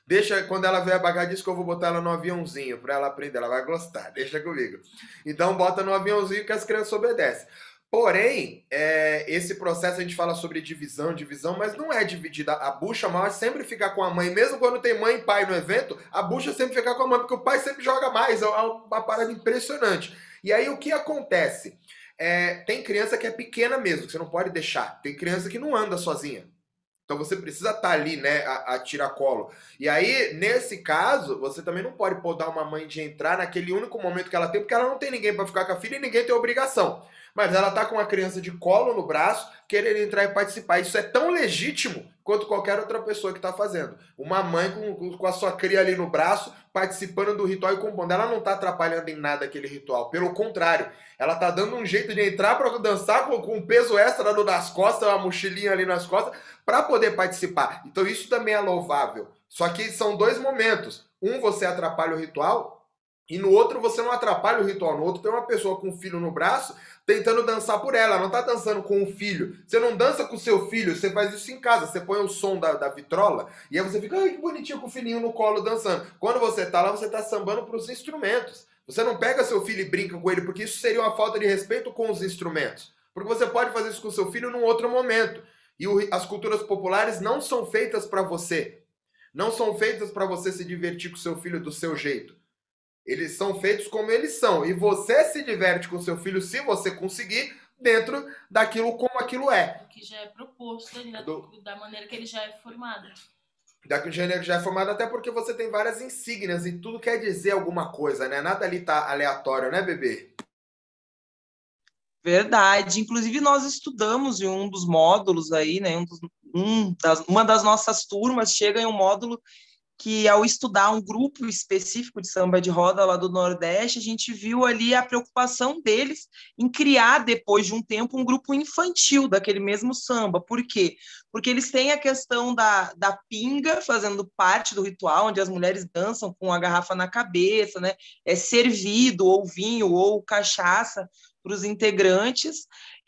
Deixa, quando ela vier a diz que eu vou botar ela no aviãozinho para ela aprender, ela vai gostar, deixa comigo. Então bota no aviãozinho que as crianças obedecem. Porém, esse processo a gente fala sobre divisão, mas não é dividida. A bucha maior sempre fica com a mãe. Mesmo quando tem mãe e pai no evento, a bucha sempre fica com a mãe, porque o pai sempre joga mais. É uma parada impressionante. E aí o que acontece? Tem criança que é pequena mesmo, que você não pode deixar. Tem criança que não anda sozinha. Então você precisa estar ali, né, a tiracolo. E aí, nesse caso, você também não pode podar uma mãe de entrar naquele único momento que ela tem, porque ela não tem ninguém para ficar com a filha e ninguém tem obrigação. Mas ela tá com a criança de colo no braço, querendo entrar e participar. Isso é tão legítimo quanto qualquer outra pessoa que está fazendo. Uma mãe com a sua cria ali no braço, participando do ritual e compondo. Ela não está atrapalhando em nada aquele ritual. Pelo contrário, ela tá dando um jeito de entrar para dançar com um peso extra nas costas, uma mochilinha ali nas costas, para poder participar. Então isso também é louvável. Só que são dois momentos. Um, você atrapalha o ritual, e no outro você não atrapalha o ritual. No outro tem uma pessoa com um filho no braço tentando dançar por ela. Ela não tá dançando com o filho. Você não dança com o seu filho, você faz isso em casa. Você põe o som da vitrola e aí você fica, ai, que bonitinho com o filhinho no colo dançando. Quando você tá lá, você tá sambando pros instrumentos. Você não pega seu filho e brinca com ele, porque isso seria uma falta de respeito com os instrumentos. Porque você pode fazer isso com o seu filho num outro momento. E as culturas populares não são feitas para você. Não são feitas para você se divertir com seu filho do seu jeito. Eles são feitos como eles são. E você se diverte com seu filho, se você conseguir, dentro daquilo como aquilo é. O que já é proposto, né? Da maneira que ele já é formado. Da gênero já é formado, até porque você tem várias insígnias e tudo quer dizer alguma coisa, né? Nada ali tá aleatório, né, bebê? Verdade. Inclusive, nós estudamos em um dos módulos aí, né? Uma das nossas turmas chega em um módulo que, ao estudar um grupo específico de samba de roda lá do Nordeste, a gente viu ali a preocupação deles em criar, depois de um tempo, um grupo infantil daquele mesmo samba. Por quê? Porque eles têm a questão da pinga fazendo parte do ritual, onde as mulheres dançam com a garrafa na cabeça, né? É servido ou vinho ou cachaça para os integrantes,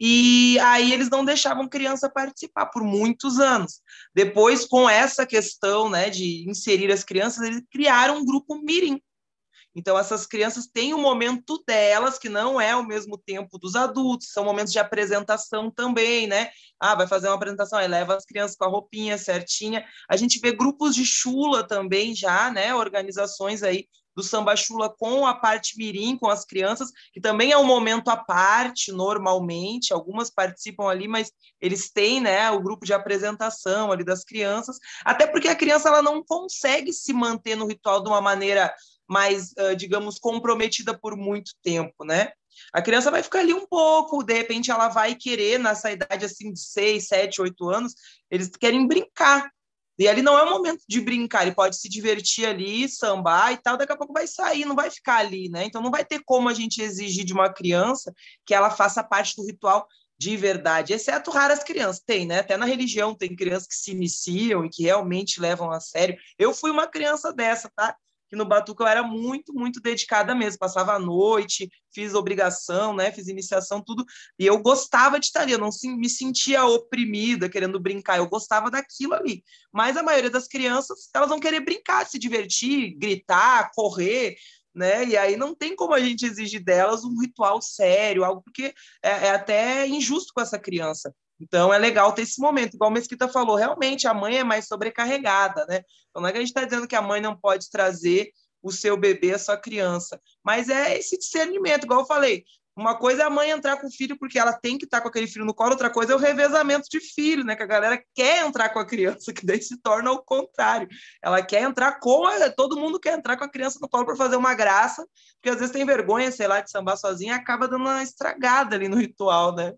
e aí eles não deixavam criança participar por muitos anos. Depois, com essa questão, né, de inserir as crianças, eles criaram um grupo mirim. Então, essas crianças têm o momento delas, que não é ao mesmo tempo dos adultos, são momentos de apresentação também, né? Ah, vai fazer uma apresentação, aí leva as crianças com a roupinha certinha. A gente vê grupos de chula também já, né? Organizações aí do samba chula com a parte mirim, com as crianças, que também é um momento à parte, normalmente, algumas participam ali, mas eles têm, né, o grupo de apresentação ali das crianças, até porque a criança ela não consegue se manter no ritual de uma maneira mais, digamos, comprometida por muito tempo, né? A criança vai ficar ali um pouco, de repente ela vai querer, nessa idade assim de 6, 7, 8 anos, eles querem brincar. E ali não é o momento de brincar, ele pode se divertir ali, sambar e tal, daqui a pouco vai sair, não vai ficar ali, né? Então não vai ter como a gente exigir de uma criança que ela faça parte do ritual de verdade, exceto raras crianças. Tem, né? Até na religião tem crianças que se iniciam e que realmente levam a sério. Eu fui uma criança dessa, tá? Que no Batuque eu era muito, muito dedicada mesmo. Passava a noite, fiz obrigação, né? Fiz iniciação, tudo. E eu gostava de estar ali, eu não me sentia oprimida, querendo brincar. Eu gostava daquilo ali. Mas a maioria das crianças, elas vão querer brincar, se divertir, gritar, correr, né? E aí não tem como a gente exigir delas um ritual sério, algo porque é até injusto com essa criança. Então, é legal ter esse momento. Igual a Mesquita falou, realmente a mãe é mais sobrecarregada, né? Então, não é que a gente está dizendo que a mãe não pode trazer o seu bebê, a sua criança, mas é esse discernimento, igual eu falei. Uma coisa é a mãe entrar com o filho porque ela tem que estar com aquele filho no colo, outra coisa é o revezamento de filho, né? Que a galera quer entrar com a criança, que daí se torna o contrário. Ela quer entrar todo mundo quer entrar com a criança no colo para fazer uma graça, porque às vezes tem vergonha, sei lá, de sambar sozinha e acaba dando uma estragada ali no ritual, né?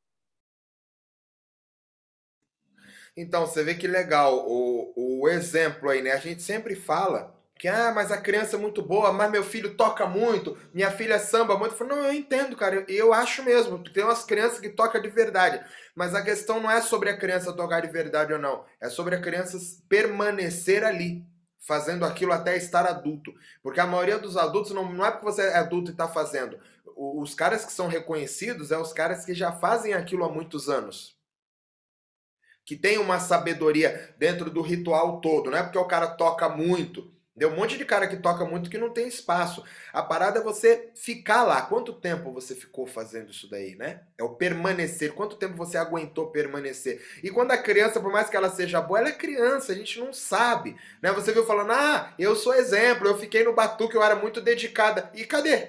Então, você vê que legal o exemplo aí, né? A gente sempre fala que, mas a criança é muito boa, mas meu filho toca muito, minha filha samba muito. Eu falo, não, eu entendo, cara, eu acho mesmo. Tem umas crianças que tocam de verdade. Mas a questão não é sobre a criança tocar de verdade ou não. É sobre a criança permanecer ali, fazendo aquilo até estar adulto. Porque a maioria dos adultos, não é porque você é adulto e está fazendo. Os caras que são reconhecidos, os caras que já fazem aquilo há muitos anos. que tem uma sabedoria dentro do ritual todo, não é porque o cara toca muito. Tem um monte de cara que toca muito que não tem espaço. A parada é você ficar lá. Quanto tempo você ficou fazendo isso daí, né? É o permanecer. Quanto tempo você aguentou permanecer? E quando a criança, por mais que ela seja boa, ela é criança, a gente não sabe. Né? Você viu falando, eu sou exemplo, eu fiquei no batuque, eu era muito dedicada. E cadê?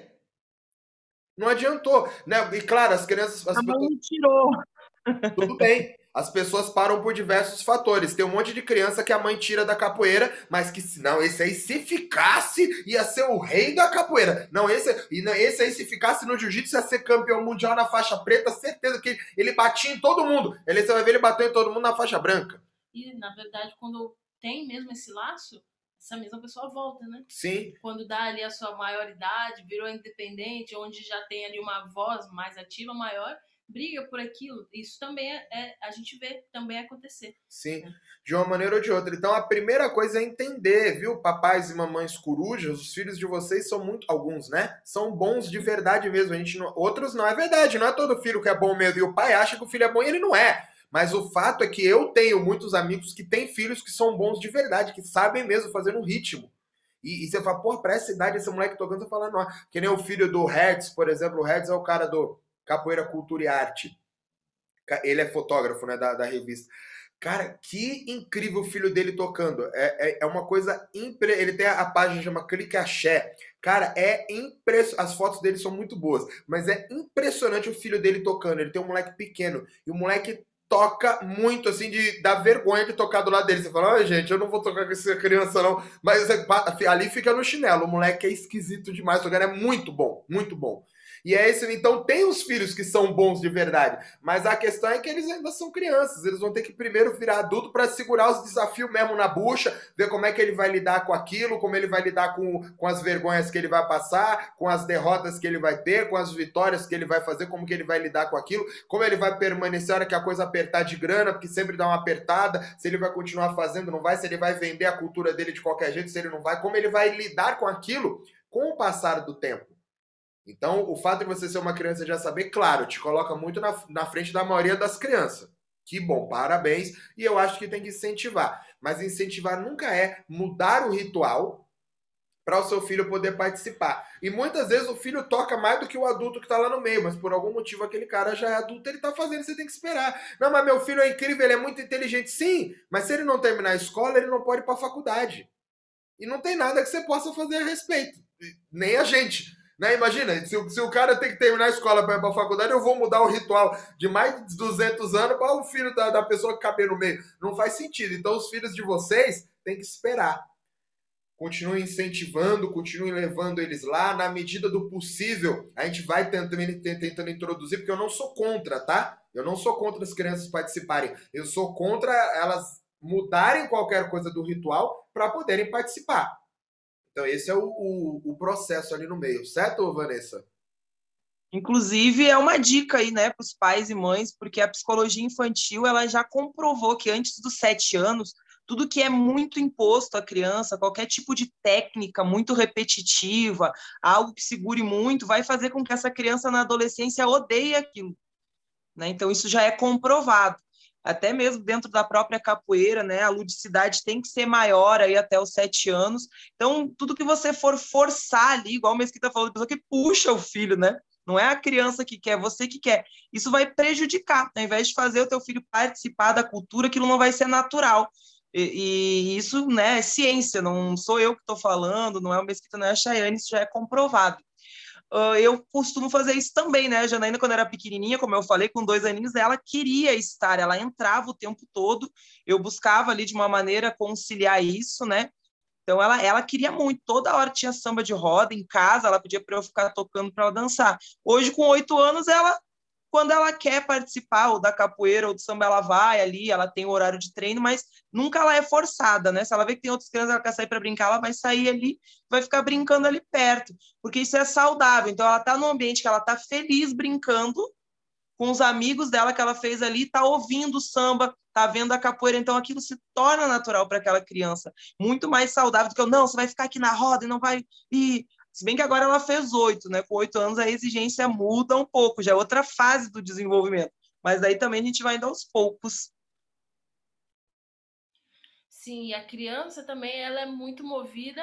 Não adiantou. Né? E claro, as crianças... A mãe me tirou. Tudo bem. As pessoas param por diversos fatores. Tem um monte de criança que a mãe tira da capoeira, mas que não, esse aí se ficasse ia ser o rei da capoeira. Não, esse aí se ficasse no jiu-jitsu ia ser campeão mundial na faixa preta, certeza que ele batia em todo mundo. Você vai ver ele bateu em todo mundo na faixa branca. E na verdade, quando tem mesmo esse laço, essa mesma pessoa volta, né? Sim. Quando dá ali a sua maioridade, virou independente, onde já tem ali uma voz mais ativa, maior, briga por aquilo. Isso também a gente vê também acontecer. Sim, de uma maneira ou de outra. Então a primeira coisa é entender, viu, papais e mamães corujas, os filhos de vocês são muito, alguns, né? São bons de verdade mesmo. A gente não, outros não é verdade, não é todo filho que é bom mesmo. E o pai acha que o filho é bom e ele não é. Mas o fato é que eu tenho muitos amigos que têm filhos que são bons de verdade, que sabem mesmo fazer um ritmo. E você fala, pô, pra essa idade, esse moleque tocando, você fala, não. Que nem o filho do Hertz, por exemplo. O Hertz é o cara do Capoeira, Cultura e Arte. Ele é fotógrafo, né, da revista. Cara, que incrível o filho dele tocando. É uma coisa Ele tem a página que chama Clique Axé. Cara, é impressionante. As fotos dele são muito boas. Mas é impressionante o filho dele tocando. Ele tem um moleque pequeno. E o moleque toca muito, assim, de dar vergonha de tocar do lado dele. Você fala, gente, eu não vou tocar com essa criança, não. Mas ali fica no chinelo. O moleque é esquisito demais. O cara é muito bom, muito bom. E é esse, então tem os filhos que são bons de verdade, mas a questão é que eles ainda são crianças, eles vão ter que primeiro virar adulto para segurar os desafios mesmo na bucha, ver como é que ele vai lidar com aquilo, como ele vai lidar com as vergonhas que ele vai passar, com as derrotas que ele vai ter, com as vitórias que ele vai fazer, como que ele vai lidar com aquilo, como ele vai permanecer na hora que a coisa apertar de grana, porque sempre dá uma apertada, se ele vai continuar fazendo, não vai, se ele vai vender a cultura dele de qualquer jeito, se ele não vai, como ele vai lidar com aquilo com o passar do tempo. Então, o fato de você ser uma criança já saber, claro, te coloca muito na frente da maioria das crianças. Que bom, parabéns. E eu acho que tem que incentivar. Mas incentivar nunca é mudar o ritual para o seu filho poder participar. E muitas vezes o filho toca mais do que o adulto que está lá no meio, mas por algum motivo aquele cara já é adulto, ele está fazendo, você tem que esperar. Não, mas meu filho é incrível, ele é muito inteligente. Sim, mas se ele não terminar a escola, ele não pode ir para a faculdade. E não tem nada que você possa fazer a respeito. Nem a gente. Né? Imagina, se o cara tem que terminar a escola para ir para a faculdade, eu vou mudar o ritual de mais de 200 anos para o filho da pessoa que caber no meio. Não faz sentido. Então, os filhos de vocês têm que esperar. Continuem incentivando, continuem levando eles lá. Na medida do possível, a gente vai tentando introduzir, porque eu não sou contra, tá? Eu não sou contra as crianças participarem. Eu sou contra elas mudarem qualquer coisa do ritual para poderem participar. Então, esse é o processo ali no meio, certo, Vanessa? Inclusive, é uma dica aí, né, para os pais e mães, porque a psicologia infantil ela já comprovou que antes dos 7 anos, tudo que é muito imposto à criança, qualquer tipo de técnica muito repetitiva, algo que segure muito, vai fazer com que essa criança na adolescência odeie aquilo. Né? Então, isso já é comprovado. Até mesmo dentro da própria capoeira, né? A ludicidade tem que ser maior aí até os 7 anos. Então, tudo que você for forçar ali, igual o Mesquita falou, a pessoa que puxa o filho, né? Não é a criança que quer, você que quer. Isso vai prejudicar. Ao invés de fazer o teu filho participar da cultura, aquilo não vai ser natural. E isso, né, é ciência, não sou eu que estou falando, não é o Mesquita, não é a Chayane, isso já é comprovado. Eu costumo fazer isso também, né? A Janaína, quando era pequenininha, como eu falei, com 2 aninhos, ela queria estar, ela entrava o tempo todo, eu buscava ali de uma maneira conciliar isso, né? Então, ela queria muito, toda hora tinha samba de roda em casa, ela pedia para eu ficar tocando para ela dançar. Hoje, com 8 anos, quando ela quer participar ou da capoeira ou do samba, ela vai ali, ela tem o horário de treino, mas nunca ela é forçada, né? Se ela vê que tem outras crianças, ela quer sair para brincar, ela vai sair ali, vai ficar brincando ali perto, porque isso é saudável. Então, ela está num ambiente que ela está feliz brincando com os amigos dela que ela fez ali, está ouvindo o samba, está vendo a capoeira, então aquilo se torna natural para aquela criança, muito mais saudável do que eu, não, você vai ficar aqui na roda e não vai... Se bem que agora ela fez 8, né? Com 8 anos a exigência muda um pouco, já é outra fase do desenvolvimento. Mas daí também a gente vai indo aos poucos. Sim, e a criança também, ela é muito movida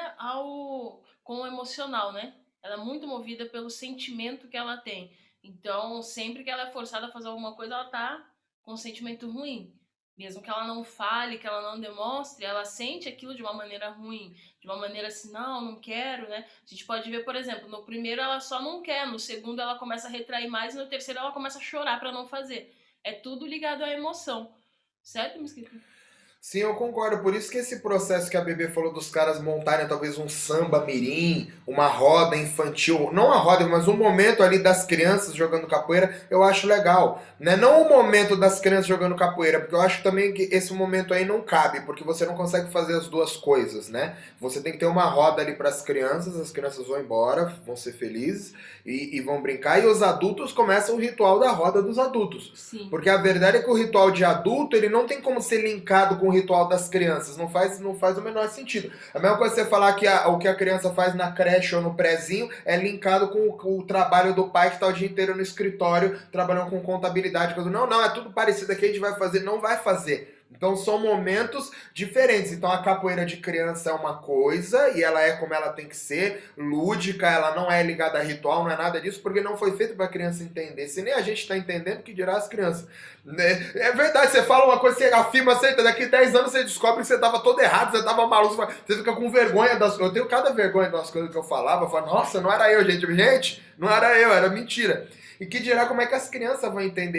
com o emocional, né? Ela é muito movida pelo sentimento que ela tem. Então, sempre que ela é forçada a fazer alguma coisa, ela tá com um sentimento ruim. Mesmo que ela não fale, que ela não demonstre, ela sente aquilo de uma maneira ruim, de uma maneira assim, não, não quero, né? A gente pode ver, por exemplo, no primeiro ela só não quer, no segundo ela começa a retrair mais, e no terceiro ela começa a chorar para não fazer. É tudo ligado à emoção. Certo, Mesquita? Sim, eu concordo. Por isso que esse processo que a Bebê falou dos caras montarem talvez um samba mirim, uma roda infantil, não a roda, mas um momento ali das crianças jogando capoeira, eu acho legal. Né? Não o momento das crianças jogando capoeira, porque eu acho também que esse momento aí não cabe, porque você não consegue fazer as duas coisas, né? Você tem que ter uma roda ali para as crianças vão embora, vão ser felizes e vão brincar, e os adultos começam o ritual da roda dos adultos. Sim. Porque a verdade é que o ritual de adulto, ele não tem como ser linkado com o ritual das crianças. Não faz o menor sentido. A mesma coisa você falar que o que a criança faz na creche ou no prézinho é linkado com o trabalho do pai que está o dia inteiro no escritório trabalhando com contabilidade. Não, não, é tudo parecido aqui, a gente vai fazer. Não vai fazer. Então são momentos diferentes. Então a capoeira de criança é uma coisa e ela é como ela tem que ser, lúdica, ela não é ligada a ritual, não é nada disso, porque não foi feito para a criança entender. Se nem a gente está entendendo, que dirá as crianças. Né? É verdade, você fala uma coisa, você afirma, você, daqui 10 anos você descobre que você estava todo errado, você estava maluco, você fica com vergonha das coisas. Eu tenho cada vergonha das coisas que eu falava, eu falo, nossa, não era eu, gente. Gente, não era eu, era mentira. E que dirá como é que as crianças vão entender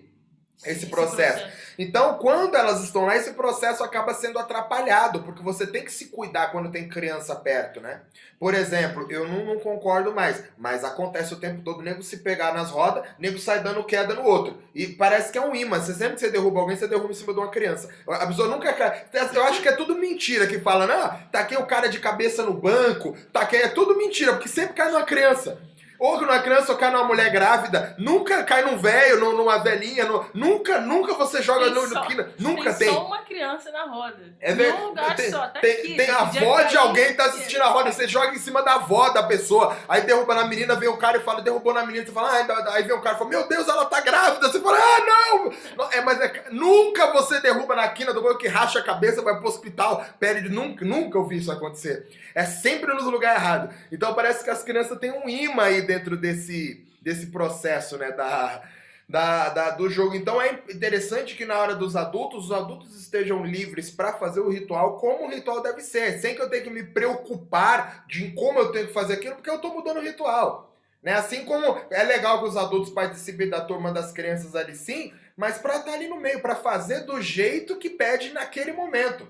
esse processo. Então, quando elas estão lá, esse processo acaba sendo atrapalhado, porque você tem que se cuidar quando tem criança perto, né? Por exemplo, eu não concordo mais, mas acontece o tempo todo, o nego se pegar nas rodas, o nego sai dando queda no outro. E parece que é um imã. Sempre que você derruba alguém, você derruba em cima de uma criança. A pessoa nunca cai. Eu acho que é tudo mentira que fala, não, tá aqui o cara de cabeça no banco, tá aqui, é tudo mentira, porque sempre cai numa criança. Ou numa criança ou cai numa mulher grávida, nunca cai num velho, numa velhinha, nunca você joga no quina, nunca tem. Tem só uma criança na roda. É verdade. Num lugar só, tá aqui. Tem a avó de alguém que tá assistindo a roda, você joga em cima da avó da pessoa, aí derruba na menina, vem o cara e fala, derrubou na menina, você fala, aí vem o cara e fala, meu Deus, ela tá grávida, você fala, não! Nunca você derruba na quina do banco que racha a cabeça, vai pro hospital, perde, nunca eu vi isso acontecer. É sempre nos lugares errados. Então parece que as crianças têm um imã aí dentro desse processo, né, do jogo. Então é interessante que na hora dos adultos, os adultos estejam livres para fazer o ritual como o ritual deve ser, sem que eu tenha que me preocupar de como eu tenho que fazer aquilo, porque eu estou mudando o ritual. Né? Assim como é legal que os adultos participem da turma das crianças ali sim, mas para estar ali no meio, para fazer do jeito que pede naquele momento.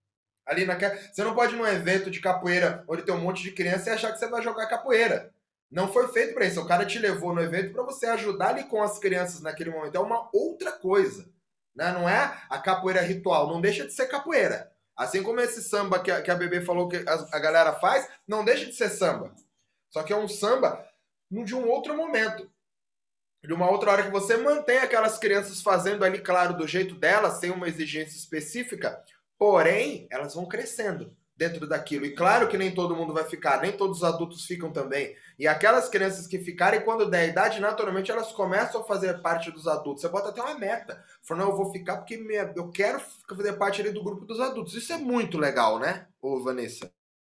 Você não pode ir num evento de capoeira onde tem um monte de criança e achar que você vai jogar capoeira. Não foi feito para isso. O cara te levou no evento para você ajudar ali com as crianças naquele momento. É uma outra coisa. Né? Não é a capoeira ritual. Não deixa de ser capoeira. Assim como esse samba que a Bebê falou que a galera faz, não deixa de ser samba. Só que é um samba de um outro momento. De uma outra hora que você mantém aquelas crianças fazendo ali, claro, do jeito delas, sem uma exigência específica, porém, elas vão crescendo dentro daquilo. E claro que nem todo mundo vai ficar, nem todos os adultos ficam também. E aquelas crianças que ficarem, quando der a idade, naturalmente elas começam a fazer parte dos adultos. Você bota até uma meta. Falando, não, eu vou ficar porque eu quero fazer parte ali do grupo dos adultos. Isso é muito legal, né, ô Vanessa?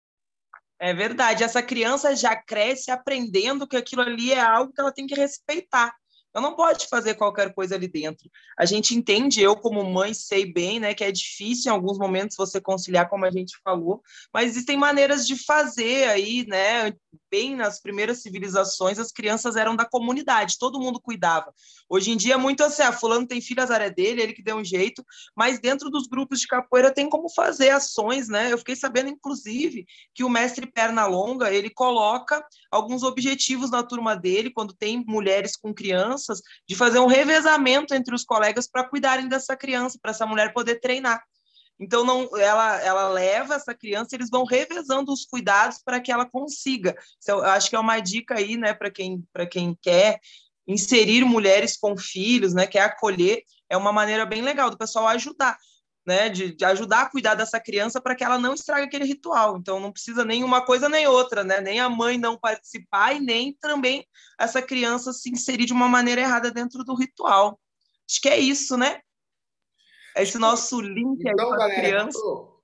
É verdade. Essa criança já cresce aprendendo que aquilo ali é algo que ela tem que respeitar. Ela não pode fazer qualquer coisa ali dentro. A gente entende, eu como mãe sei bem, né, que é difícil em alguns momentos você conciliar, como a gente falou, mas existem maneiras de fazer aí, né, bem nas primeiras civilizações, as crianças eram da comunidade, todo mundo cuidava. Hoje em dia é muito assim, fulano tem filho, azar é dele, ele que deu um jeito, mas dentro dos grupos de capoeira tem como fazer ações, né, eu fiquei sabendo, inclusive, que o mestre Pernalonga, ele coloca alguns objetivos na turma dele, quando tem mulheres com crianças, de fazer um revezamento entre os colegas para cuidarem dessa criança, para essa mulher poder treinar. Então, ela leva essa criança, eles vão revezando os cuidados para que ela consiga. Então, eu acho que é uma dica aí, né, para quem quer inserir mulheres com filhos, né, quer acolher, é uma maneira bem legal do pessoal ajudar. Né, de ajudar a cuidar dessa criança para que ela não estrague aquele ritual. Então, não precisa nem uma coisa nem outra, né? Nem a mãe não participar e nem também essa criança se inserir de uma maneira errada dentro do ritual. Acho que é isso, né? Esse nosso link aí Então, com as galera, crianças.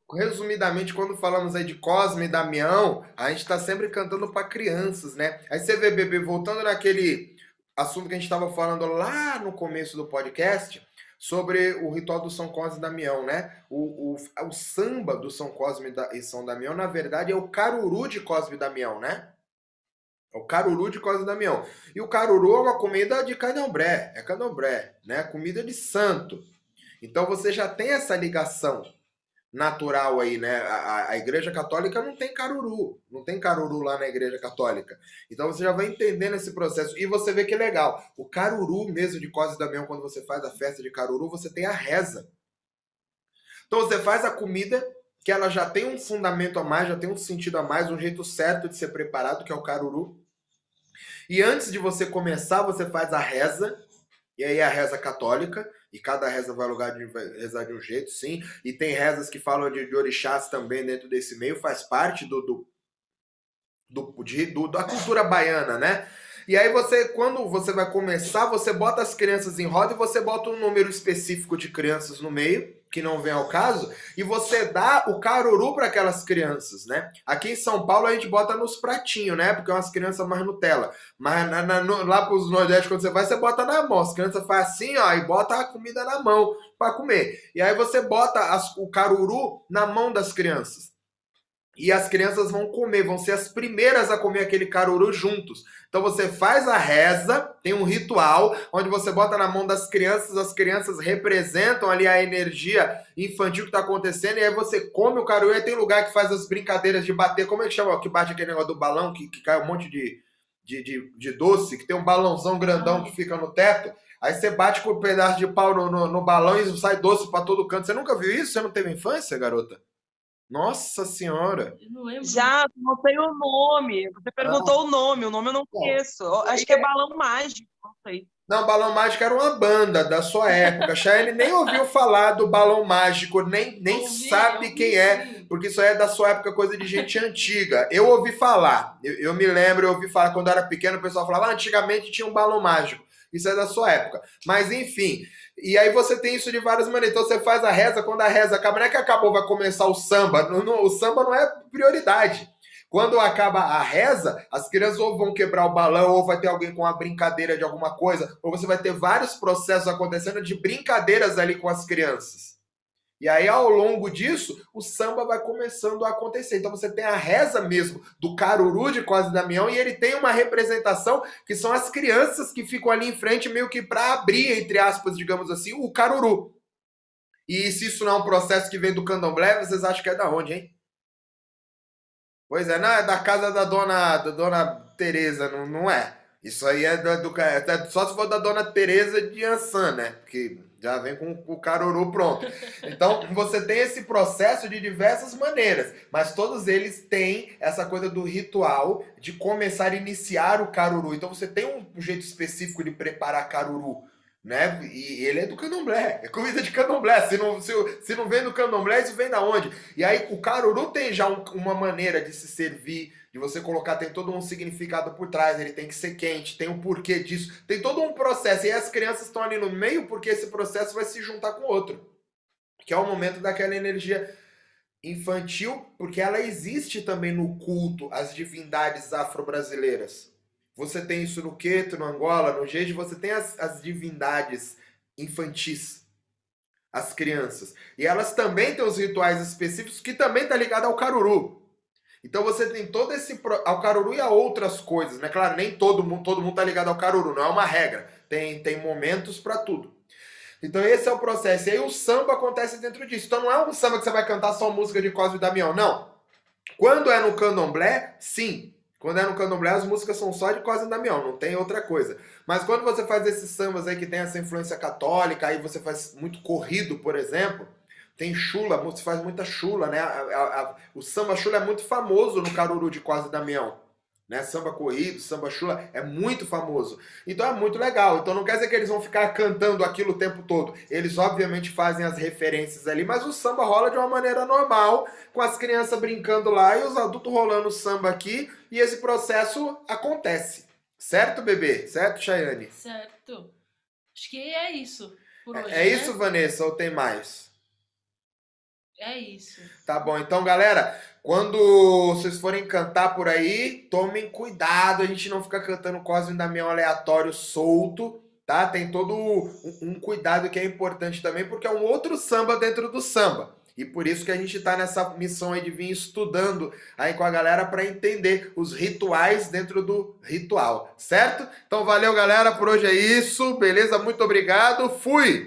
resumidamente, quando falamos aí de Cosme e Damião, a gente tá sempre cantando para crianças, né? Aí você vê, bebê, voltando naquele assunto que a gente estava falando lá no começo do podcast, sobre o ritual do São Cosme e Damião, né? O samba do São Cosme e São Damião, na verdade, é o caruru de Cosme e Damião, né? É o caruru de Cosme e Damião. E o caruru é uma comida de candomblé, é candomblé, né? Comida de santo. Então você já tem essa ligação natural aí, né? A Igreja Católica não tem caruru, não tem caruru lá na Igreja Católica. Então você já vai entendendo esse processo. E você vê que é legal. O caruru mesmo de Cosme e Damião, quando você faz a festa de caruru, você tem a reza. Então você faz a comida que ela já tem um fundamento a mais, já tem um sentido a mais, um jeito certo de ser preparado, que é o caruru. E antes de você começar, você faz a reza, e aí a reza católica, e cada reza vai rezar de um jeito, sim. E tem rezas que falam de orixás também dentro desse meio, faz parte da cultura baiana, né? E aí você, quando você vai começar, você bota as crianças em roda e você bota um número específico de crianças no meio, que não vem ao caso, e você dá o caruru para aquelas crianças, né? Aqui em São Paulo a gente bota nos pratinhos, né? Porque é umas crianças mais Nutella. Mas lá para os Nordeste, quando você vai, você bota na mão. As crianças fazem assim, ó, e bota a comida na mão para comer. E aí você bota o caruru na mão das crianças. E as crianças vão comer, vão ser as primeiras a comer aquele caruru juntos. Então você faz a reza, tem um ritual, onde você bota na mão das crianças, as crianças representam ali a energia infantil que está acontecendo, e aí você come o caruru, e aí tem lugar que faz as brincadeiras de bater, como é que chama? Que bate aquele negócio do balão, que cai um monte de doce, que tem um balãozão grandão que fica no teto, aí você bate com um pedaço de pau no balão e sai doce para todo canto. Você nunca viu isso? Você não teve infância, garota? Nossa senhora! Eu não lembro. Já, não sei o nome. Você perguntou o nome eu não conheço. Acho que é balão mágico, não sei. Não, Balão Mágico era uma banda da sua época. Chayane nem ouviu falar do Balão Mágico, nem sabe quem é, porque isso aí é da sua época, coisa de gente antiga. Eu ouvi falar, eu me lembro, eu ouvi falar quando eu era pequeno, o pessoal falava, antigamente tinha um Balão Mágico. Isso é da sua época. Mas enfim, e aí você tem isso de várias maneiras. Então você faz a reza, quando a reza acaba, não é que acabou, vai começar o samba. O samba não é prioridade. Quando acaba a reza, as crianças ou vão quebrar o balão, ou vai ter alguém com uma brincadeira de alguma coisa, ou você vai ter vários processos acontecendo de brincadeiras ali com as crianças. E aí, ao longo disso, o samba vai começando a acontecer. Então você tem a reza mesmo do caruru de Cosme e Damião, e ele tem uma representação que são as crianças que ficam ali em frente, meio que para abrir, entre aspas, digamos assim, o caruru. E se isso não é um processo que vem do candomblé, vocês acham que é da onde, hein? Pois é, não, é da casa da dona Tereza, não é. Isso aí é só se for da dona Tereza de Ançã, né? Porque já vem com o caruru pronto. Então, você tem esse processo de diversas maneiras, mas todos eles têm essa coisa do ritual de começar a iniciar o caruru. Então, você tem um jeito específico de preparar caruru, né? E ele é do candomblé, é comida de candomblé. Se não vem do candomblé, isso vem da onde? E aí o caruru tem já uma maneira de se servir, de você colocar, tem todo um significado por trás, ele tem que ser quente, tem um porquê disso, tem todo um processo. E as crianças estão ali no meio porque esse processo vai se juntar com outro, que é o momento daquela energia infantil, porque ela existe também no culto às divindades afro-brasileiras. Você tem isso no Queto, no Angola, no Jeje, você tem as divindades infantis, as crianças. E elas também têm os rituais específicos que também está ligado ao caruru. Então você tem todo ao caruru e a outras coisas, né? Claro, nem todo mundo tá ligado ao caruru, não é uma regra. Tem momentos para tudo. Então esse é o processo. E aí o samba acontece dentro disso. Então não é um samba que você vai cantar só música de Cosme e Damião, não. Quando é no candomblé, sim. Quando é no candomblé, as músicas são só de Cosme e Damião, não tem outra coisa. Mas quando você faz esses sambas aí que tem essa influência católica, aí você faz muito corrido, por exemplo, tem chula, você faz muita chula, né? O samba chula é muito famoso no caruru de Cosme e Damião. Né? Samba corrido, samba chula, é muito famoso. Então é muito legal. Então não quer dizer que eles vão ficar cantando aquilo o tempo todo. Eles obviamente fazem as referências ali, mas o samba rola de uma maneira normal, com as crianças brincando lá e os adultos rolando o samba aqui, e esse processo acontece. Certo, bebê? Certo, Chayane? Certo. Acho que é isso por hoje, É isso, Vanessa, ou tem mais? É isso. Tá bom, então, galera, quando vocês forem cantar por aí, tomem cuidado, a gente não fica cantando Cosme e Damião aleatório solto, tá? Tem todo um cuidado que é importante também, porque é um outro samba dentro do samba. E por isso que a gente tá nessa missão aí de vir estudando aí com a galera para entender os rituais dentro do ritual, certo? Então valeu, galera, por hoje é isso, beleza? Muito obrigado, fui!